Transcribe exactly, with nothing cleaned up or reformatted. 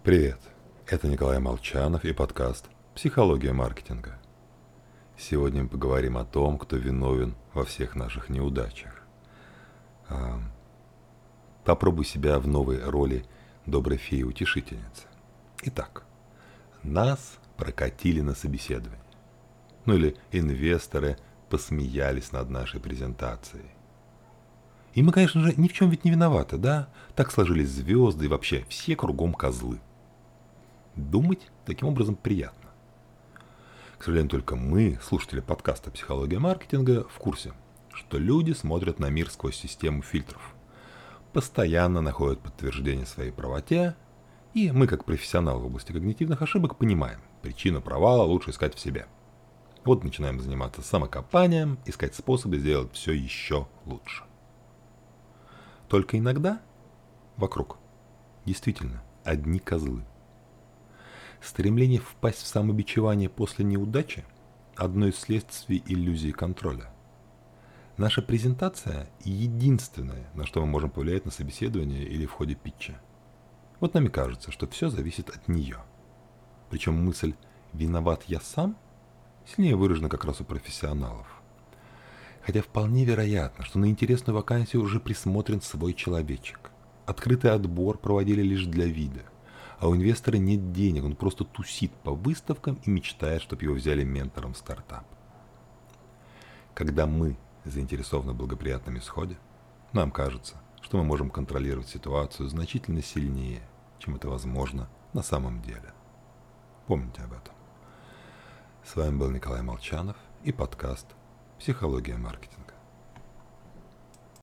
Привет, это Николай Молчанов и подкаст «Психология маркетинга». Сегодня мы поговорим о том, кто виновен во всех наших неудачах. А, Попробуй себя в новой роли доброй феи-утешительницы. Итак, нас прокатили на собеседовании. Ну или инвесторы посмеялись над нашей презентацией. И мы, конечно же, ни в чем ведь не виноваты, да? Так сложились звезды и вообще все кругом козлы. Думать таким образом приятно. К сожалению, только мы, слушатели подкаста «Психология маркетинга», в курсе, что люди смотрят на мир сквозь систему фильтров, постоянно находят подтверждение своей правоте, и мы, как профессионалы в области когнитивных ошибок, понимаем, причину провала лучше искать в себе. Вот начинаем заниматься самокопанием, искать способы сделать все еще лучше. Только иногда вокруг действительно одни козлы. Стремление впасть в самобичевание после неудачи – одно из следствий иллюзии контроля. Наша презентация – единственное, на что мы можем повлиять на собеседование или в ходе питча. Вот нам и кажется, что все зависит от нее. Причем мысль «виноват я сам» сильнее выражена как раз у профессионалов. Хотя вполне вероятно, что на интересную вакансию уже присмотрен свой человечек. Открытый отбор проводили лишь для вида. А у инвестора нет денег, он просто тусит по выставкам и мечтает, чтобы его взяли ментором в стартап. Когда мы заинтересованы в благоприятном исходе, нам кажется, что мы можем контролировать ситуацию значительно сильнее, чем это возможно на самом деле. Помните об этом. С вами был Николай Молчанов и подкаст «Психология маркетинга».